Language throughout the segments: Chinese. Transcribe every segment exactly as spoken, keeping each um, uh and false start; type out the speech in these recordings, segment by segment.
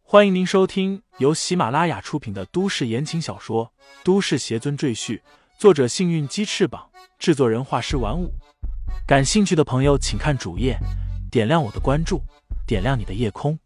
欢迎您收听由喜马拉雅出品的都市言情小说《都市邪尊赘婿》，作者幸运鸡翅膀，制作人画师玩五。感兴趣的朋友请看主页，点亮我的关注，点亮你的夜空。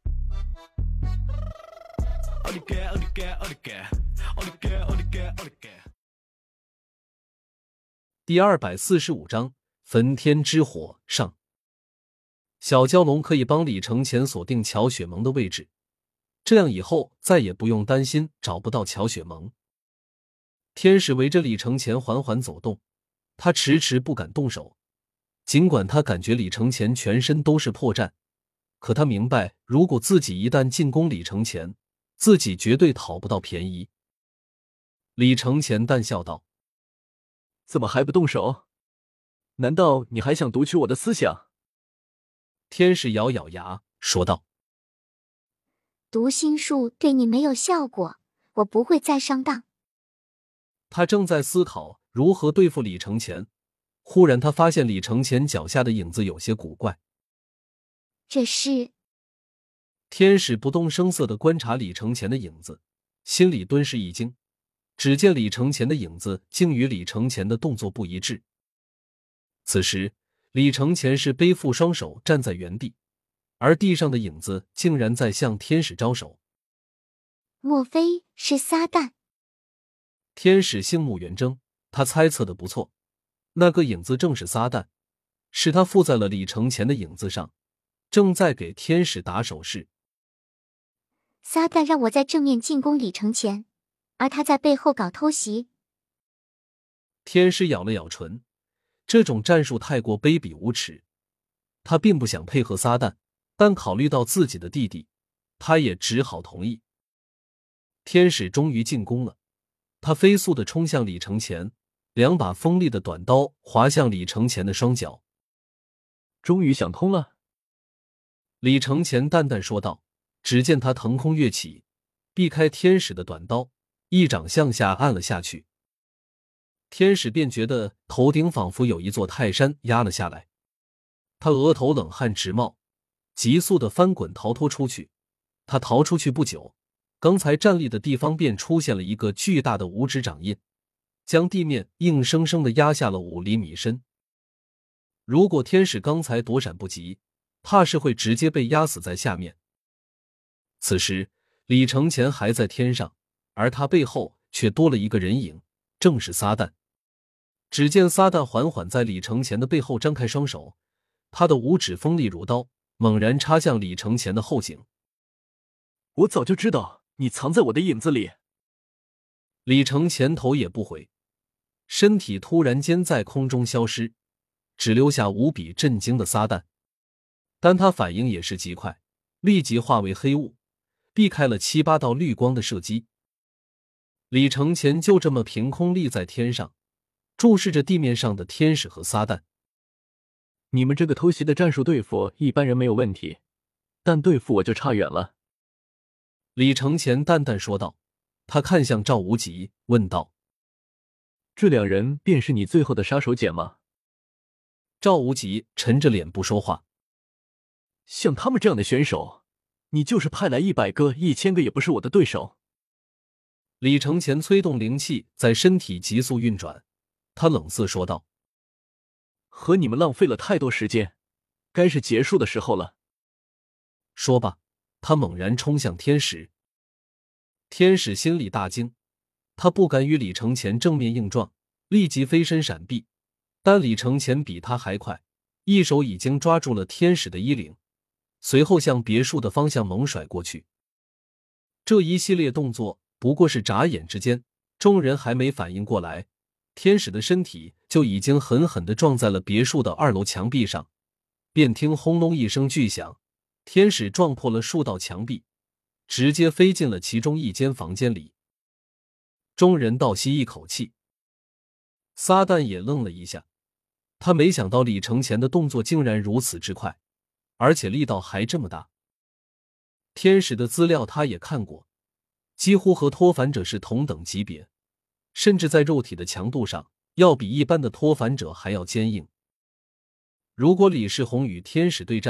第二百四十五章焚天之火上。小蛟龙可以帮李承前锁定乔雪萌的位置，这样以后再也不用担心找不到乔雪萌。天使围着李承前缓缓走动，他迟迟不敢动手。尽管他感觉李承前全身都是破绽，可他明白，如果自己一旦进攻李承前，自己绝对讨不到便宜。李承前淡笑道： 怎么还不动手？难道你还想读取我的思想？ 天使咬咬牙说道： 读心术对你没有效果，我不会再上当。 他正在思考如何对付李承前，忽然他发现李承前脚下的影子有些古怪。 这是…… 天使不动声色地观察李承前的影子，心里顿时一惊。只见李承前的影子竟与李承前的动作不一致。此时李承前是背负双手站在原地，而地上的影子竟然在向天使招手。 莫非是撒旦？ 天使星目圆睁，他猜测的不错，那个影子正是撒旦，是他附在了李承前的影子上，正在给天使打手势。 撒旦让我在正面进攻李承前，而他在背后搞偷袭。 天使咬了咬唇，这种战术太过卑鄙无耻。他并不想配合撒旦，但考虑到自己的弟弟，他也只好同意。天使终于进攻了，他飞速地冲向李承前，两把锋利的短刀划向李承前的双脚。 终于想通了。 李承前淡淡说道，只见他腾空跃起，避开天使的短刀，一掌向下按了下去。天使便觉得头顶仿佛有一座泰山压了下来，他额头冷汗直冒，急速地翻滚逃脱出去。他逃出去不久，刚才站立的地方便出现了一个巨大的五指掌印，将地面硬生生地压下了五厘米深。如果天使刚才躲闪不及，怕是会直接被压死在下面。此时李承前还在天上，而他背后却多了一个人影，正是撒旦。只见撒旦缓缓在李承前的背后张开双手，他的五指锋利如刀，猛然插向李承前的后颈。 我早就知道你藏在我的影子里。 李承前头也不回，身体突然间在空中消失，只留下无比震惊的撒旦。但他反应也是极快，立即化为黑雾，避开了七八道绿光的射击。李承前就这么凭空立在天上，注视着地面上的天使和撒旦。 你们这个偷袭的战术对付一般人没有问题，但对付我就差远了。 李承前淡淡说道，他看向赵无极问道： 这两人便是你最后的杀手锏吗？ 赵无极沉着脸不说话。 像他们这样的选手，你就是派来一百个一千个也不是我的对手。 李承前催动灵气在身体急速运转，他冷色说道： 和你们浪费了太多时间，该是结束的时候了。 说罢，他猛然冲向天使。天使心里大惊，他不敢与李承前正面硬撞，立即飞身闪避，但李承前比他还快，一手已经抓住了天使的衣领，随后向别墅的方向猛甩过去。这一系列动作不过是眨眼之间，众人还没反应过来，天使的身体就已经狠狠地撞在了别墅的二楼墙壁上。便听轰隆一声巨响，天使撞破了数道墙壁，直接飞进了其中一间房间里。众人倒吸一口气。撒旦也愣了一下，他没想到李承前的动作竟然如此之快，而且力道还这么大。天使的资料他也看过，几乎和脱凡者是同等级别，甚至在肉体的强度上要比一般的脱凡者还要坚硬。如果李世宏与天使对战，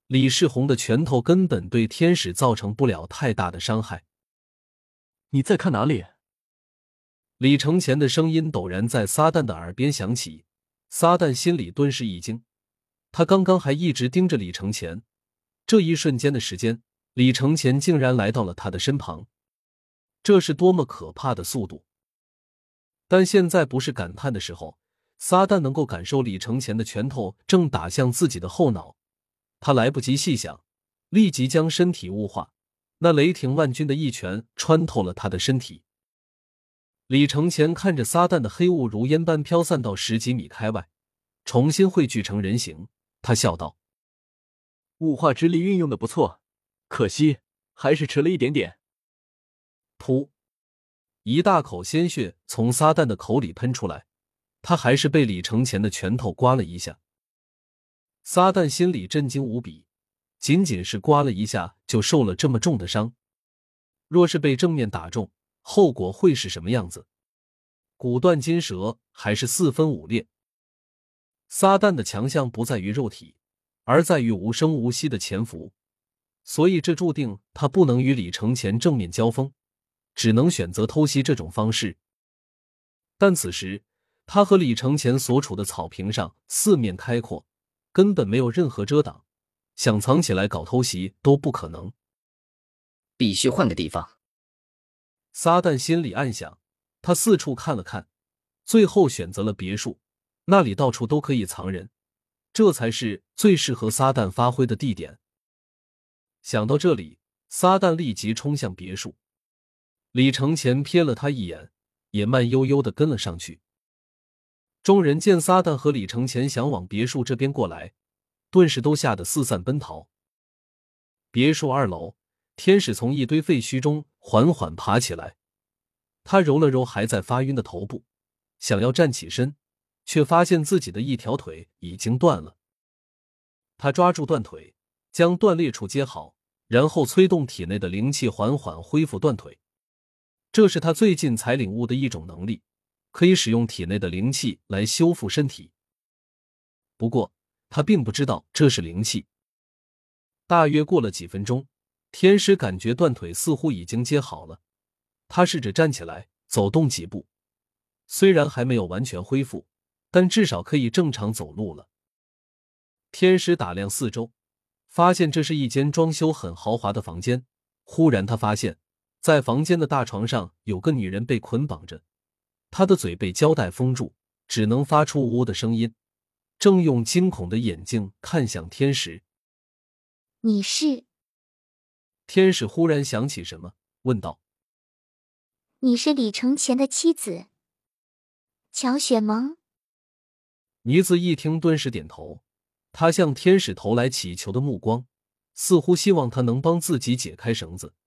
李世宏的拳头根本对天使造成不了太大的伤害。 你在看哪里？ 李承前的声音陡然在撒旦的耳边响起，撒旦心里顿时一惊，他刚刚还一直盯着李承前，这一瞬间的时间，李承前竟然来到了他的身旁，这是多么可怕的速度！但现在不是感叹的时候，撒旦能够感受李承前的拳头正打向自己的后脑，他来不及细想，立即将身体物化，那雷霆万钧的一拳穿透了他的身体。李承前看着撒旦的黑雾如烟般飘散到十几米开外，重新汇聚成人形，他笑道： 物化之力运用的不错，可惜还是迟了一点点。 噗！一大口鲜血从撒旦的口里喷出来，他还是被李承前的拳头刮了一下。撒旦心里震惊无比，仅仅是刮了一下就受了这么重的伤，若是被正面打中，后果会是什么样子？骨断筋折还是四分五裂？撒旦的强项不在于肉体，而在于无声无息的潜伏，所以这注定他不能与李承前正面交锋，只能选择偷袭这种方式。但此时他和李承前所处的草坪上四面开阔，根本没有任何遮挡，想藏起来搞偷袭都不可能。 必须换个地方。 撒旦心里暗想，他四处看了看，最后选择了别墅，那里到处都可以藏人，这才是最适合撒旦发挥的地点。想到这里，撒旦立即冲向别墅。李承前瞥了他一眼，也慢悠悠地跟了上去。众人见撒旦和李承前想往别墅这边过来，顿时都吓得四散奔逃。别墅二楼，天使从一堆废墟中缓缓爬起来，他揉了揉还在发晕的头部，想要站起身，却发现自己的一条腿已经断了。他抓住断腿，将断裂处接好，然后催动体内的灵气缓缓恢复断腿。这是他最近才领悟的一种能力，可以使用体内的灵气来修复身体。不过他并不知道这是灵气。大约过了几分钟，天使感觉断腿似乎已经接好了，他试着站起来走动几步，虽然还没有完全恢复，但至少可以正常走路了。天使打量四周，发现这是一间装修很豪华的房间。忽然他发现在房间的大床上有个女人被捆绑着，她的嘴被胶带封住，只能发出呜呜的声音，正用惊恐的眼睛看向天使。 你是？ 天使忽然想起什么，问道： 你是李承前的妻子乔雪萌？ 妮子一听顿时点头，她向天使投来祈求的目光，似乎希望他能帮自己解开绳子。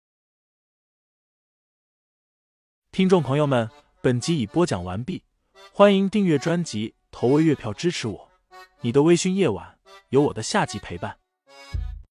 听众朋友们，本集已播讲完毕，欢迎订阅专辑，投喂月票支持我。你的微醺夜晚，有我的下集陪伴。